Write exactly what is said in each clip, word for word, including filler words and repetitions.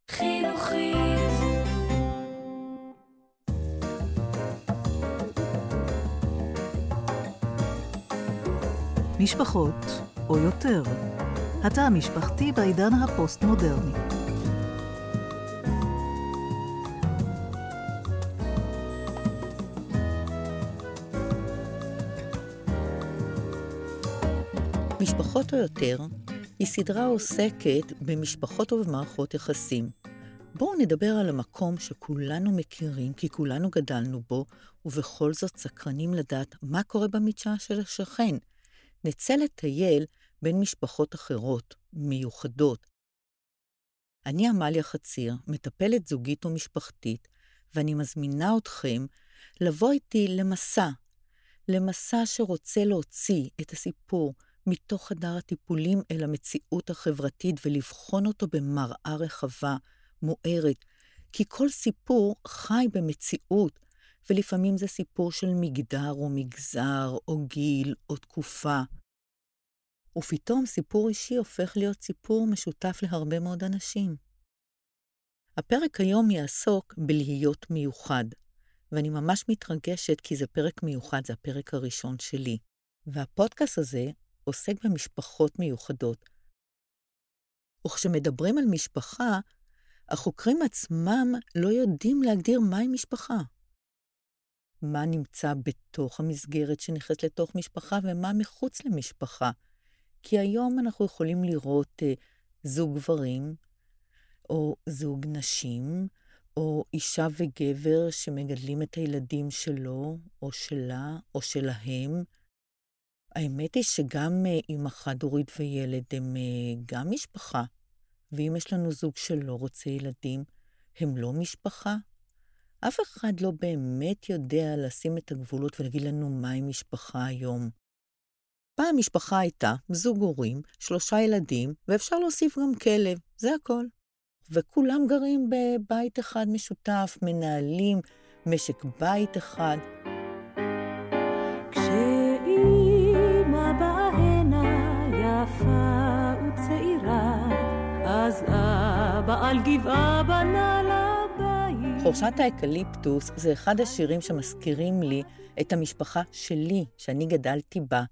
חינוכית. משפחות או יותר. התא המשפחתי בעידן הפוסט-מודרני. משפחות או יותר היא סדרה עוסקת במשפחות ובמערכות יחסים. בואו נדבר על המקום שכולנו מכירים, כי כולנו גדלנו בו, ובכל זאת סקרנים לדעת מה קורה במדשאה של השכן. נצא לטייל בין משפחות אחרות, מיוחדות. אני עמליה חציר, מטפלת זוגית ומשפחתית, ואני מזמינה אתכם לבוא איתי למסע, למסע שרוצה להוציא את הסיפור מתוך חדר הטיפולים אל המציאות החברתית ולבחון אותו במראה רחבה, מוארת, כי כל סיפור חי במציאות, ולפעמים זה סיפור של מגדר או מגזר או גיל או תקופה. ופתאום סיפור אישי הופך להיות סיפור משותף להרבה מאוד אנשים. הפרק היום יעסוק בלהיות מיוחד, ואני ממש מתרגשת כי זה פרק מיוחד, זה הפרק הראשון שלי. והפודקאסט הזה עוסק במשפחות מיוחדות. וכשמדברים על משפחה, החוקרים עצמם לא יודעים להגדיר מהי משפחה. מה נמצא בתוך המסגרת שנכנס לתוך משפחה ומה מחוץ למשפחה. כי היום אנחנו יכולים לראות אה, זוג גברים, או זוג נשים, או אישה וגבר שמגדלים את הילדים שלו, או שלה, או שלהם. האמת היא שגם אה, אמא חד-הורית וילד הם אה, גם משפחה. ואם יש לנו זוג שלא רוצה ילדים, הם לא משפחה. אף אחד לא באמת יודע לשים את הגבולות ולהגיד לנו מהי משפחה היום. פעם משפחה הייתה זוג הורים, שלושה ילדים, ואפשר להוסיף גם כלב, זה הכל. וכולם גרים בבית אחד משותף, מנהלים משק בית אחד. כשאימא בהנה יפה וצעירה, אז אבא על גבעה בנה לבית. חורשת האקליפטוס זה אחד השירים שמזכירים לי את המשפחה שלי, שאני גדלתי בה.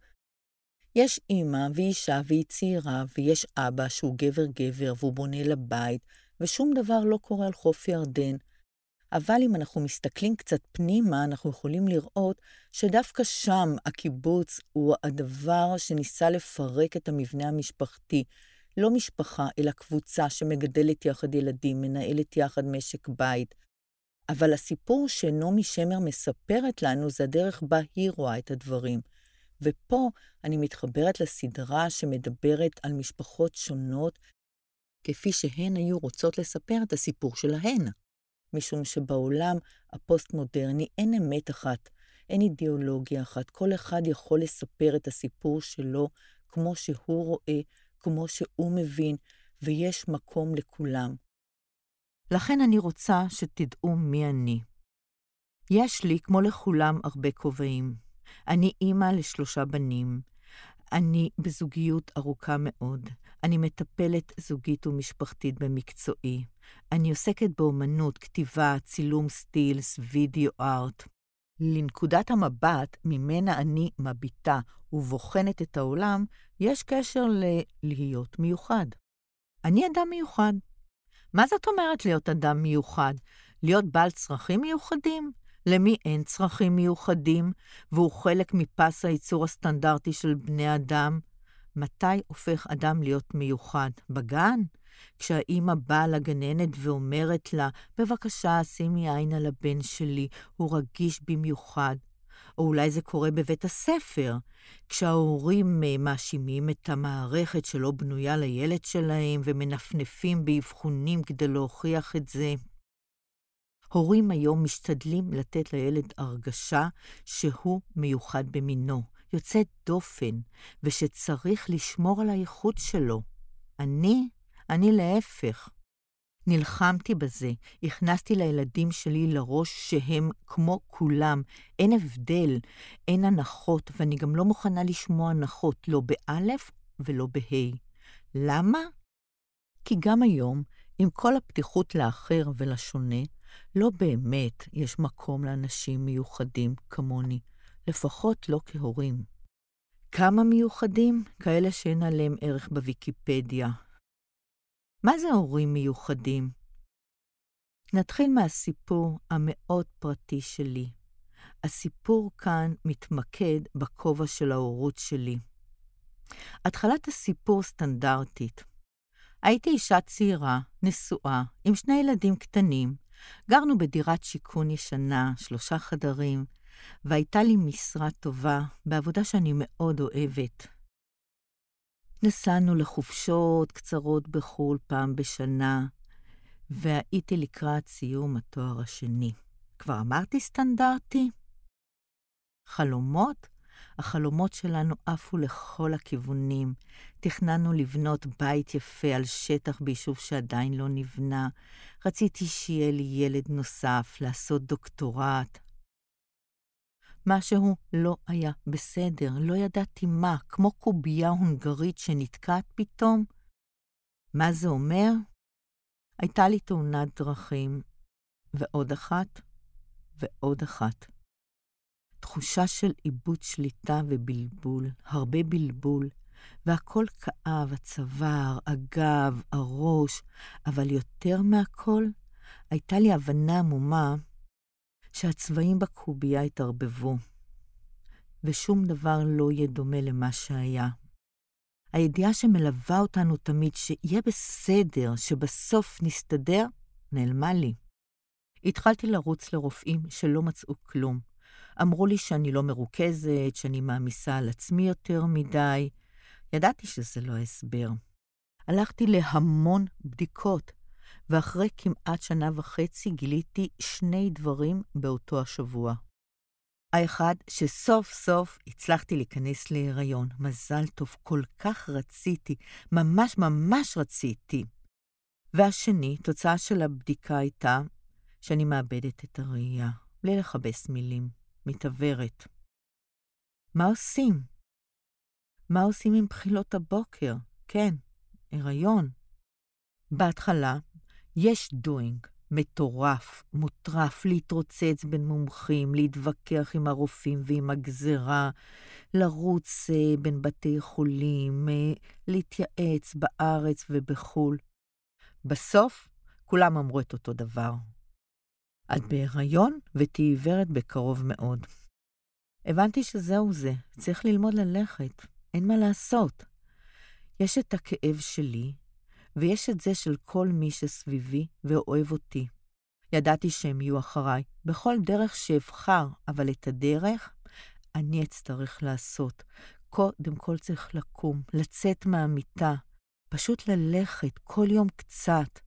יש אמא ואישה והיא צעירה, ויש אבא שהוא גבר-גבר והוא בונה לבית, ושום דבר לא קורה על חוף ירדן. אבל אם אנחנו מסתכלים קצת פנימה, אנחנו יכולים לראות שדווקא שם הקיבוץ הוא הדבר שניסה לפרק את המבנה המשפחתי. לא משפחה, אלא קבוצה שמגדלת יחד ילדים, מנהלת יחד משק בית. אבל הסיפור שנעמי שמר מספרת לנו זה הדרך בה היא רואה את הדברים. ופה אני מתחברת לסדרה שמדברת על משפחות שונות, כפי שהן היו רוצות לספר את הסיפור שלהן. משום שבעולם הפוסט-מודרני אין אמת אחת, אין אידיאולוגיה אחת, כל אחד יכול לספר את הסיפור שלו כמו שהוא רואה, כמו שהוא מבין, ויש מקום לכולם. לכן אני רוצה שתדעו מי אני. יש לי, כמו לכולם, הרבה כובעים. אני אימא לשלושה בנים. אני בזוגיות ארוכה מאוד. אני מטפלת זוגית ומשפחתית במקצועי. אני עוסקת באומנות, כתיבה, צילום סטילס, וידאו ארט. לנקודת המבט ממנה אני מביטה ובוחנת את העולם, יש קשר ללהיות מיוחד. אני אדם מיוחד. מה זאת אומרת להיות אדם מיוחד? להיות בעל צרכים מיוחדים? למי אין צרכים מיוחדים, והוא חלק מפס הייצור הסטנדרטי של בני אדם? מתי הופך אדם להיות מיוחד? בגן? כשהאימא באה לגננת ואומרת לה, בבקשה, שימי עין על הבן שלי, הוא רגיש במיוחד. או אולי זה קורה בבית הספר, כשההורים מאשימים את המערכת שלא בנויה לילד שלהם, ומנפנפים באבחונים כדי להוכיח את זה. הורים היום משתדלים לתת לילד הרגשה שהוא מיוחד במינו, יוצא דופן, ושצריך לשמור על הייחוד שלו. אני, אני להפך. נלחמתי בזה, הכנסתי לילדים שלי לראש שהם כמו כולם, אין הבדל, אין הנחות, ואני גם לא מוכנה לשמוע הנחות, לא באלף ולא בהי. למה? כי גם היום עם כל הפתיחות לאחר ולשונה, לא באמת יש מקום לאנשים מיוחדים כמוני, לפחות לא כהורים. כמה מיוחדים? כאלה שאין עליהם ערך בוויקיפדיה. מה זה הורים מיוחדים? נתחיל מהסיפור המאוד פרטי שלי. הסיפור כאן מתמקד בכובע של ההורות שלי. התחלת הסיפור סטנדרטית. הייתי אישה צעירה, נשואה, עם שני ילדים קטנים. גרנו בדירת שיכון ישנה, שלושה חדרים, והייתה לי משרה טובה בעבודה שאני מאוד אוהבת. נסענו לחופשות קצרות בחול פעם בשנה, והייתי לקראת סיום התואר השני. כבר אמרתי סטנדרטי? חלומות? החלומות שלנו עפו לכל הכיוונים. תכננו לבנות בית יפה על שטח ביישוב שעדיין לא נבנה. רציתי שיהיה לי ילד נוסף, לעשות דוקטורט. משהו לא היה בסדר, לא ידעתי מה, כמו קובייה הונגרית שנתקעת פתאום. מה זה אומר? הייתה לי תאונת דרכים, ועוד אחת, ועוד אחת. תחושה של איבוד שליטה ובלבול, הרבה בלבול, והכל כאב, הצוואר, הגב, הראש, אבל יותר מהכל, הייתה לי הבנה עמומה שהצבעים בקובייה התערבבו, ושום דבר לא יהיה דומה למה שהיה. הידיעה שמלווה אותנו תמיד שיהיה בסדר, שבסוף נסתדר, נעלמה לי. התחלתי לרוץ לרופאים שלא מצאו כלום. אמרו לי שאני לא מרוכזת, שאני מאמיסה על עצמי יותר מדי. ידעתי שזה לא הסבר. הלכתי להמון בדיקות, ואחרי כמעט שנה וחצי גיליתי שני דברים באותו השבוע. האחד, שסוף סוף הצלחתי להיכנס להיריון. מזל טוב, כל כך רציתי, ממש ממש רציתי. והשני, תוצאה של הבדיקה הייתה שאני מאבדת את הראייה, בלי לחבש מילים, מתעברת. מה עושים? מה עושים עם בחילות הבוקר? כן, הריון. בהתחלה, יש דוינג, מטורף, מוטרף, להתרוצץ בין מומחים, להתווכח עם הרופאים ועם הגזרה, לרוץ uh, בין בתי חולים, uh, להתייעץ בארץ ובחול. בסוף, כולם אמרו את אותו דבר. את בהיריון ותהי עיוורת בקרוב מאוד. הבנתי שזהו זה, צריך ללמוד ללכת, אין מה לעשות. יש את הכאב שלי, ויש את זה של כל מי שסביבי ואוהב אותי. ידעתי שהם יהיו אחריי, בכל דרך שאבחר, אבל את הדרך אני אצטרך לעשות. קודם כל צריך לקום, לצאת מהמיטה, פשוט ללכת כל יום קצת.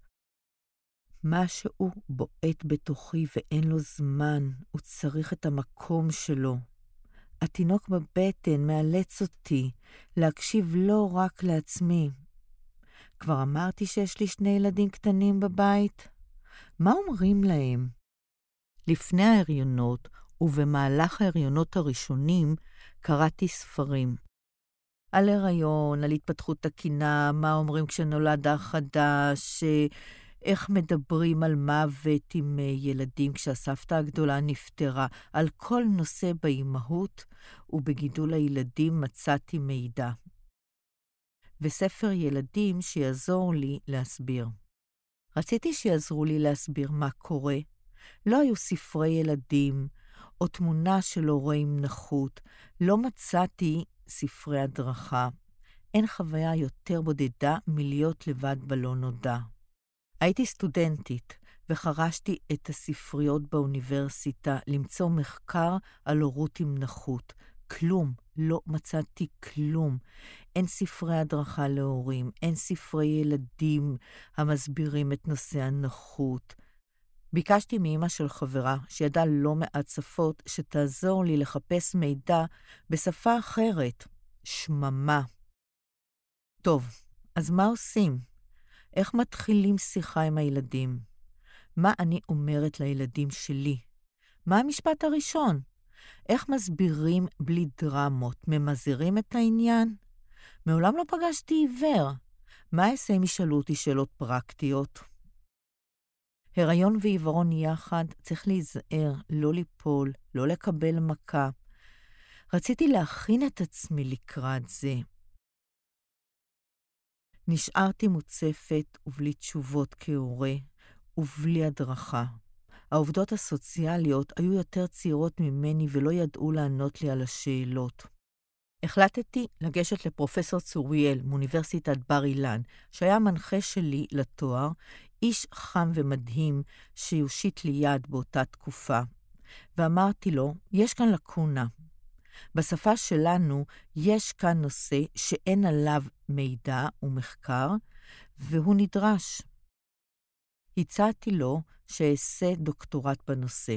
משהו בועט בתוכי ואין לו זמן, הוא צריך את המקום שלו. התינוק בבטן מאלץ אותי להקשיב לא רק לעצמי. כבר אמרתי שיש לי שני ילדים קטנים בבית. מה אומרים להם? לפני ההריונות ובמהלך ההריונות הראשונים קראתי ספרים. על הריון, על התפתחות תקינה, מה אומרים כשנולד החדש, איך מדברים על מוות עם ילדים כשהסבתא הגדולה נפטרה. על כל נושא באימהות ובגידול הילדים מצאתי מידע. וספר ילדים שיעזור לי להסביר. רציתי שיעזרו לי להסביר מה קורה. לא היו ספרי ילדים או תמונה של הורה עם נכות. לא מצאתי ספרי הדרכה. אין חוויה יותר בודדה מלהיות לבד בלא נודע. הייתי סטודנטית וחרשתי את הספריות באוניברסיטה למצוא מחקר על הורות עם נכות. כלום, לא מצאתי כלום. אין ספרי הדרכה להורים, אין ספרי ילדים המסבירים את נושא הנכות. ביקשתי מאמא של חברה שידעה לא מעט שפות שתעזור לי לחפש מידע בשפה אחרת, שממה. טוב, אז מה עושים? איך מתחילים שיחה עם הילדים? מה אני אומרת לילדים שלי? מה המשפט הראשון? איך מסבירים בלי דרמות? ממזערים את העניין? מעולם לא פגשתי עיוור. מה אעשה אם ישאלו אותי שאלות פרקטיות? הריון ועיוורון יחד, צריך להיזהר, לא ליפול, לא לקבל מכה. רציתי להכין את עצמי לקראת זה. נשארתי מוצפת ובלי תשובות כהורה, ובלי הדרכה. העובדות הסוציאליות היו יותר צעירות ממני ולא ידעו לענות לי על השאלות. החלטתי לגשת לפרופסור צוריאל מאוניברסיטת בר אילן, שהיה מנחה שלי לתואר, איש חם ומדהים שיושיט לי יד באותה תקופה. ואמרתי לו, יש כאן לקונה. בשפה שלנו יש כאן נושא שאין עליו מידע ומחקר, והוא נדרש. הצעתי לו שאעשה דוקטורט בנושא.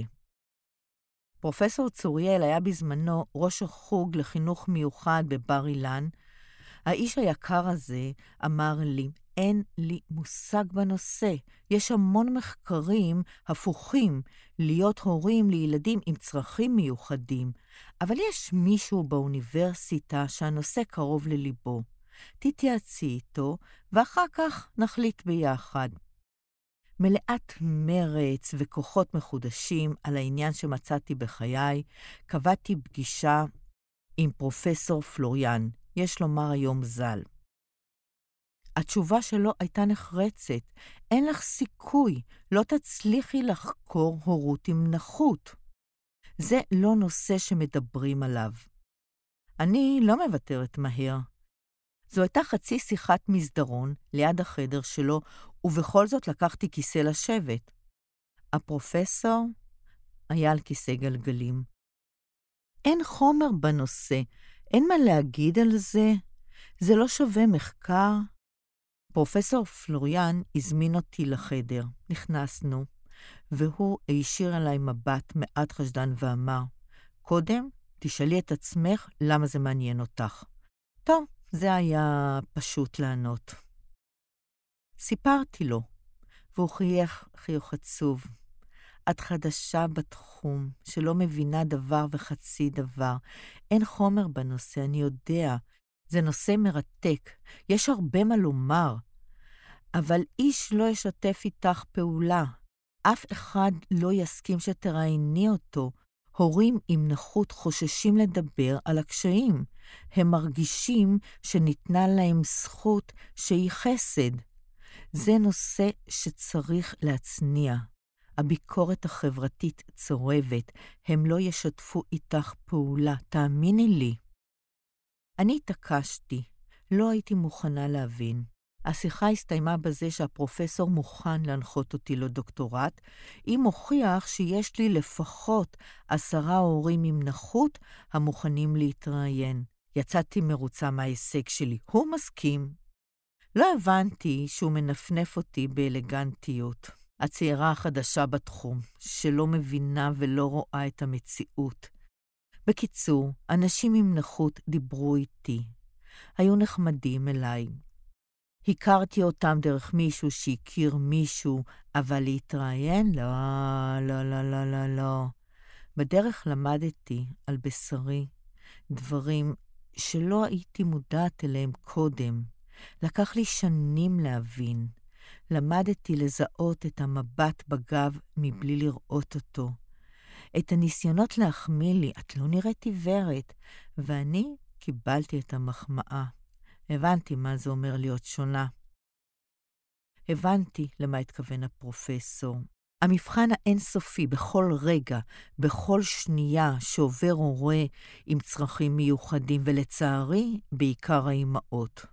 פרופסור צוריאל היה בזמנו ראש החוג לחינוך מיוחד בבר אילן. האיש היקר הזה אמר לי, אין לי מושג בנושא. יש המון מחקרים הפוכים להיות הורים לילדים עם צרכים מיוחדים, אבל יש מישהו באוניברסיטה שהנושא קרוב לליבו. תתייעצי איתו, ואחר כך נחליט ביחד. מלאת מרץ וכוחות מחודשים על העניין שמצאתי בחיי, קבעתי פגישה עם פרופסור פלוריאן, יש לומר היום ז"ל. התשובה שלו הייתה נחרצת, אין לך סיכוי, לא תצליחי לחקור הורות עם נכות. זה לא נושא שמדברים עליו. אני לא מוותרת מהר. זו הייתה חצי שיחת מסדרון ליד החדר שלו, ובכל זאת לקחתי כיסא לשבת. הפרופסור היה על כיסא גלגלים. אין חומר בנושא, אין מה להגיד על זה, זה לא שווה מחקר. פרופסור פלוריאן הזמין אותי לחדר, נכנסנו, והוא הישיר עליי מבט מעט חשדן ואמר, קודם תשאלי את עצמך למה זה מעניין אותך. טוב, זה היה פשוט לענות. סיפרתי לו, והוא חייך חיוך עצוב. את חדשה בתחום, שלא מבינה דבר וחצי דבר. אין חומר בנושא, אני יודע. זה נושא מרתק, יש הרבה מה לומר. אבל איש לא ישתף איתך פעולה. אף אחד לא יסכים שתראייני אותו. הורים עם נכות חוששים לדבר על הקשיים. הם מרגישים שניתנה להם זכות שהיא חסד. זה נושא שצריך להצניע. הביקורת החברתית צורבת. הם לא ישתפו איתך פעולה, תאמיני לי. אני התעקשתי, לא הייתי מוכנה להבין. השיחה הסתיימה בזה שהפרופסור מוכן להנחות אותי לדוקטורט, אם מוכיח שיש לי לפחות עשרה הורים עם נכות המוכנים להתראיין. יצאתי מרוצה מההישג שלי, הוא מסכים. לא הבנתי שהוא מנפנף אותי באלגנטיות. הצעירה החדשה בתחום, שלא מבינה ולא רואה את המציאות. בקיצור, אנשים עם נכות דיברו איתי. היו נחמדים אליי. הכרתי אותם דרך מישהו שהכיר מישהו, אבל להתראיין? לא, לא, לא, לא, לא, לא. בדרך למדתי על בשרי דברים שלא הייתי מודעת אליהם קודם. לקח לי שנים להבין. למדתי לזהות את המבט בגב מבלי לראות אותו. את הניסיונות להחמיא לי, את לא נראית עיוורת, ואני קיבלתי את המחמאה. הבנתי מה זה אומר להיות שונה. הבנתי למה התכוון הפרופסור. המבחן האינסופי בכל רגע, בכל שנייה שעובר הורה עם צרכים מיוחדים, ולצערי בעיקר האימהות.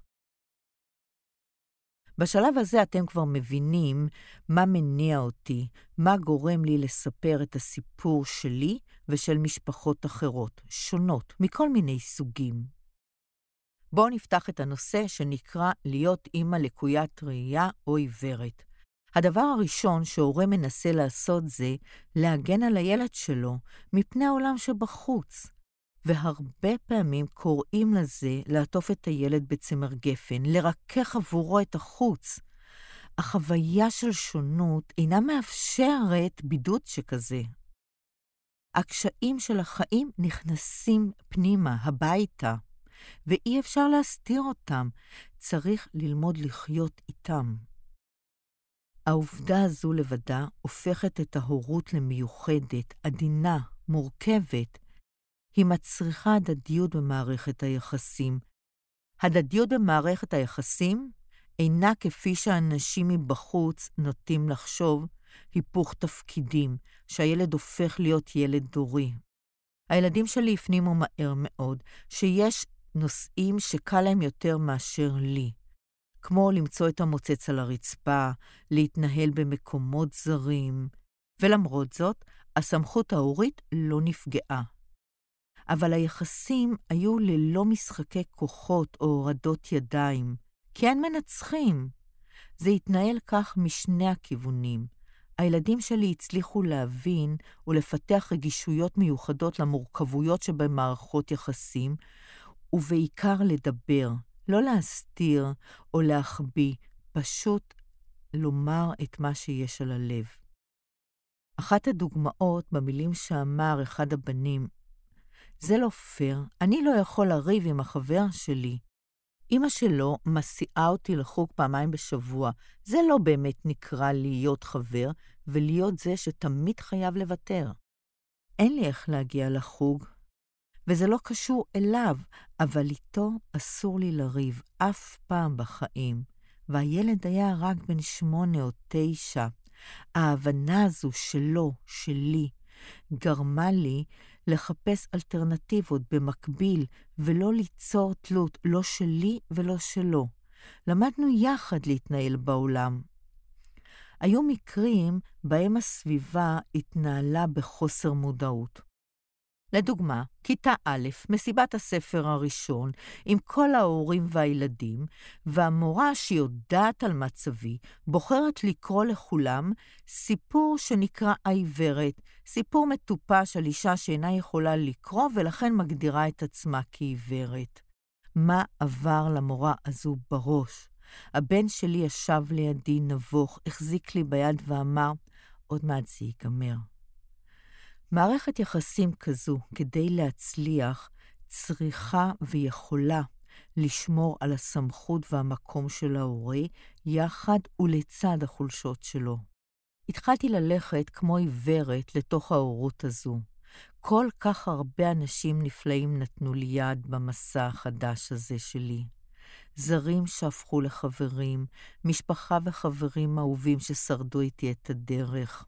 בשלב הזה אתם כבר מבינים מה מניע אותי, מה גורם לי לספר את הסיפור שלי ושל משפחות אחרות, שונות, מכל מיני סוגים. בואו נפתח את הנושא שנקרא להיות אימא לקוית ראייה או עיוורת. הדבר הראשון שההורה מנסה לעשות זה להגן על הילד שלו מפני העולם שבחוץ. והרבה פעמים קוראים לזה לעטוף את הילד בצמר גפן, לרכך עבורו את החוץ. החוויה של שונות אינה מאפשרת בידוד שכזה. הקשיים של החיים נכנסים פנימה, הביתה, ואי אפשר להסתיר אותם, צריך ללמוד לחיות איתם. העובדה הזו לבדה הופכת את ההורות למיוחדת, עדינה, מורכבת. היא מצריכה הדדיות במערכת היחסים. הדדיות במערכת היחסים אינה כפי שאנשים מבחוץ נוטים לחשוב, היפוך תפקידים, שהילד הופך להיות ילד דורי. הילדים שלי הפנימו מהר מאוד שיש נושאים שקל להם יותר מאשר לי, כמו למצוא את המוצץ על הרצפה, להתנהל במקומות זרים, ולמרות זאת, הסמכות ההורית לא נפגעה. אבל היחסים היו ללא משחקי כוחות או הורדות ידיים, כי אין מנצחים. זה התנהל כך משני הכיוונים. הילדים שלי הצליחו להבין ולפתח רגישויות מיוחדות למורכבויות שבמערכות יחסים, ובעיקר לדבר, לא להסתיר או להחביא, פשוט לומר את מה שיש על הלב. אחת הדוגמאות במילים שאמר אחד הבנים, זה לא פייר, אני לא יכול לריב עם החבר שלי. אמא שלו מסיעה אותי לחוג פעמיים בשבוע. זה לא באמת נקרא להיות חבר, ולהיות זה שתמיד חייב לוותר. אין לי איך להגיע לחוג, וזה לא קשור אליו, אבל איתו אסור לי לריב אף פעם בחיים. והילד היה רק בן שמונה או תשע. ההבנה הזו שלו, שלי, גרמה לי לחפש אלטרנטיבות במקביל, ולא ליצור תלות, לא שלי ולא שלו. למדנו יחד להתנהל בעולם. היו מקרים בהם הסביבה התנהלה בחוסר מודעות. לדוגמה, כיתה א', מסיבת הספר הראשון, עם כל ההורים והילדים, והמורה שיודעת על מצבי, בוחרת לקרוא לכולם סיפור שנקרא העיוורת, סיפור מטופש על אישה שאינה יכולה לקרוא, ולכן מגדירה את עצמה כעיוורת. מה עבר למורה הזו בראש? הבן שלי ישב לידי נבוך, החזיק לי ביד ואמר, עוד מעט זה ייגמר. מערכת יחסים כזו, כדי להצליח, צריכה ויכולה לשמור על הסמכות והמקום של ההורה, יחד ולצד החולשות שלו. התחלתי ללכת כמו עיוורת לתוך ההורות הזו. כל כך הרבה אנשים נפלאים נתנו לי יד במסע החדש הזה שלי. זרים שהפכו לחברים, משפחה וחברים אהובים ששרדו איתי את הדרך.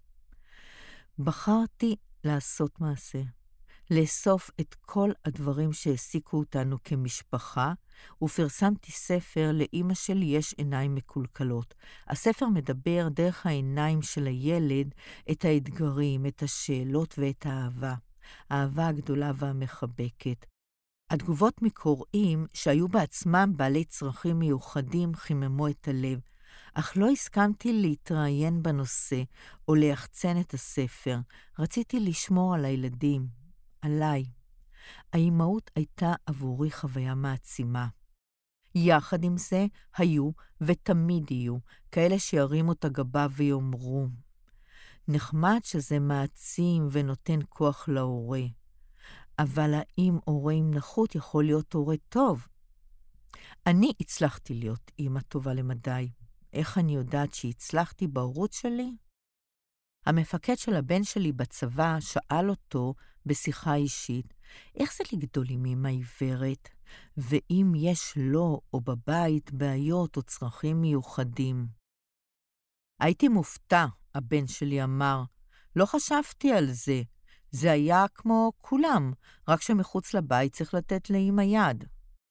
בחרתי לעשות מעשה, לאסוף את כל הדברים שהעסיקו אותנו כמשפחה, ופרסמתי ספר לאמא שלי יש עיניים מקולקלות. הספר מדבר דרך העיניים של הילד את האתגרים, את השאלות ואת האהבה. האהבה הגדולה והמחבקת. התגובות מקוראים שהיו בעצמם בעלי צרכים מיוחדים חיממו את הלב, אך לא הסכמתי להתראיין בנושא או ליחצן את הספר. רציתי לשמור על הילדים, עליי. האימהות הייתה עבורי חוויה מעצימה. יחד עם זה היו ותמיד יהיו כאלה שירימו את הגבה ויאמרו, נחמד שזה מעצים ונותן כוח להורה. אבל האם הורה עם נכות יכול להיות הורה טוב? אני הצלחתי להיות אמא טובה למדי. איך אני יודעת שהצלחתי בהורות שלי? המפקד של הבן שלי בצבא שאל אותו בשיחה אישית, איך זה לגדול עם אמא עיוורת, ואם יש לו או בבית בעיות או צרכים מיוחדים? הייתי מופתע, הבן שלי אמר, לא חשבתי על זה, זה היה כמו כולם, רק שמחוץ לבית צריך לתת לאמא יד.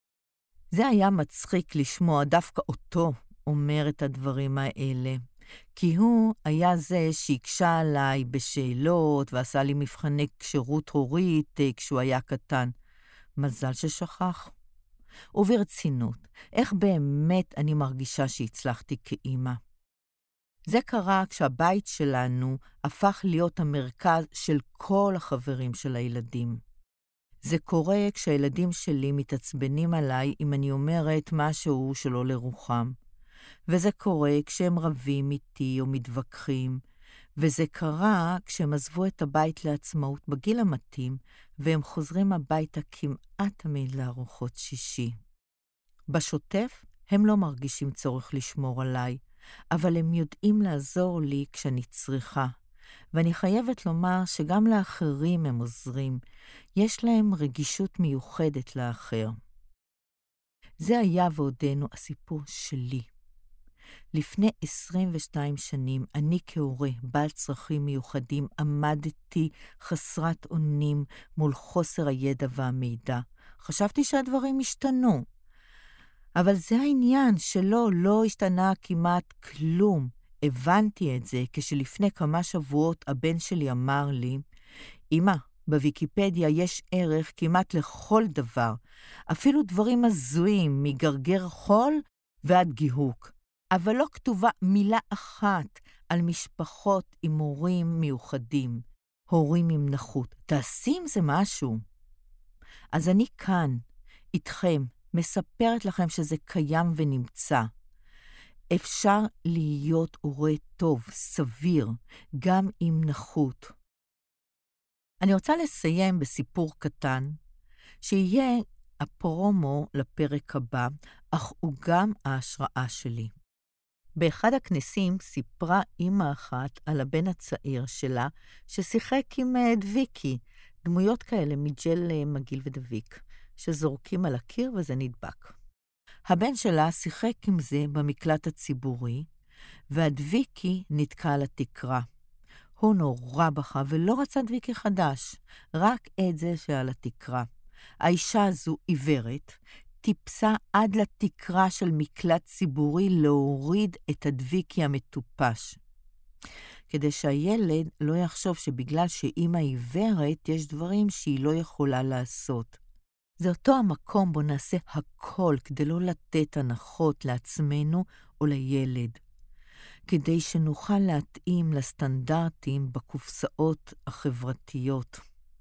זה היה מצחיק לשמוע דווקא אותו אומר את הדברים האלה, כי הוא היה זה שהקשה עליי בשאלות ועשה לי מבחני כשירות הורית כשהוא היה קטן. מזל ששכח. וברצינות, איך באמת אני מרגישה שהצלחתי כאימא? זה קרה כשהבית שלנו הפך להיות המרכז של כל החברים של הילדים. זה קורה כשהילדים שלי מתעצבנים עליי אם אני אומרת משהו שלא לרוחם. וזה קורה כשהם רבים איתי או מתווכחים, וזה קרה כשהם עזבו את הבית לעצמאות בגיל המתאים, והם חוזרים הביתה כמעט תמיד לארוחות שישי. בשוטף הם לא מרגישים צורך לשמור עליי, אבל הם יודעים לעזור לי כשאני צריכה. ואני חייבת לומר שגם לאחרים הם עוזרים. יש להם רגישות מיוחדת לאחר. זה היה ועודנו הסיפור שלי. לפני עשרים ושתיים שנים, אני כהורה, בעל צרכים מיוחדים, עמדתי חסרת אונים מול חוסר הידע והמידע. חשבתי שהדברים השתנו. אבל זה העניין שלא, לא השתנה כמעט כלום. הבנתי את זה כשלפני כמה שבועות הבן שלי אמר לי, אמא, בוויקיפדיה יש ערך כמעט לכל דבר, אפילו דברים הזויים מגרגר חול ועד גיהוק. אבל לא כתובה מילה אחת על משפחות עם הורים מיוחדים, הורים עם נכות. תעשי עם זה משהו. אז אני כאן, איתכם, מספרת לכם שזה קיים ונמצא. אפשר להיות הורה טוב, סביר, גם עם נכות. אני רוצה לסיים בסיפור קטן, שיהיה הפרומו לפרק הבא, אך הוא גם ההשראה שלי. באחד הכנסים סיפרה אמא אחת על הבן הצעיר שלה, ששיחק עם דביקי, דמויות כאלה מג'ל מגיל ודביק, שזורקים על הקיר וזה נדבק. הבן שלה שיחק עם זה במקלט הציבורי, והדביקי נתקע על התקרה. הוא נורא בכה ולא רצה דביקי חדש, רק את זה שעל התקרה. האישה הזו עיוורת, טיפסה עד לתקרה של מקלט ציבורי להוריד את הדביקי המטופש. כדי שהילד לא יחשוב שבגלל שאמא עיוורת יש דברים שהיא לא יכולה לעשות. זה אותו המקום בו נעשה הכל כדי לא לתת הנחות לעצמנו או לילד. כדי שנוכל להתאים לסטנדרטים בקופסאות החברתיות.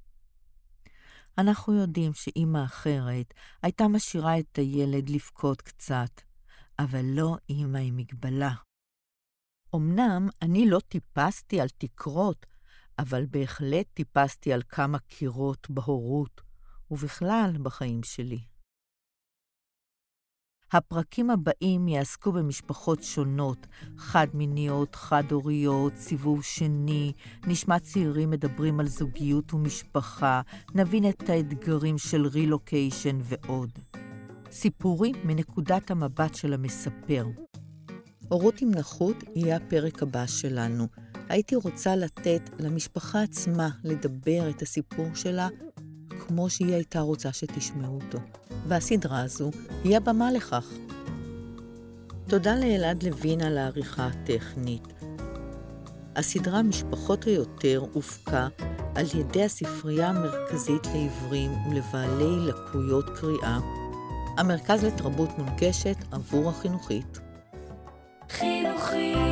אנחנו יודעים שאמא אחרת הייתה משאירה את הילד לבכות קצת, אבל לא אמא עם מגבלה. אמנם אני לא טיפסתי על תקרות, אבל בהחלט טיפסתי על כמה קירות בהורות, ובכלל בחיים שלי. הפרקים הבאים יעסקו במשפחות שונות, חד-מיניות, חד-הוריות, סיבוב שני, נשמע צעירים מדברים על זוגיות ומשפחה, נבין את האתגרים של רילוקיישן ועוד. סיפורים מנקודת המבט של המספר. הורות עם נכות יהיה הפרק הבא שלנו. הייתי רוצה לתת למשפחה עצמה לדבר את הסיפור שלה, כמו שהיא הייתה רוצה שתשמעו אותו. והסדרה הזו היא הבמה לכך. תודה לאלעד לוין על העריכה הטכנית. הסדרה משפחות היותר הופקה על ידי הספרייה המרכזית לעיוורים ולבעלי לקויות קריאה, המרכז לתרבות מונגשת עבור החינוכית. חינוכית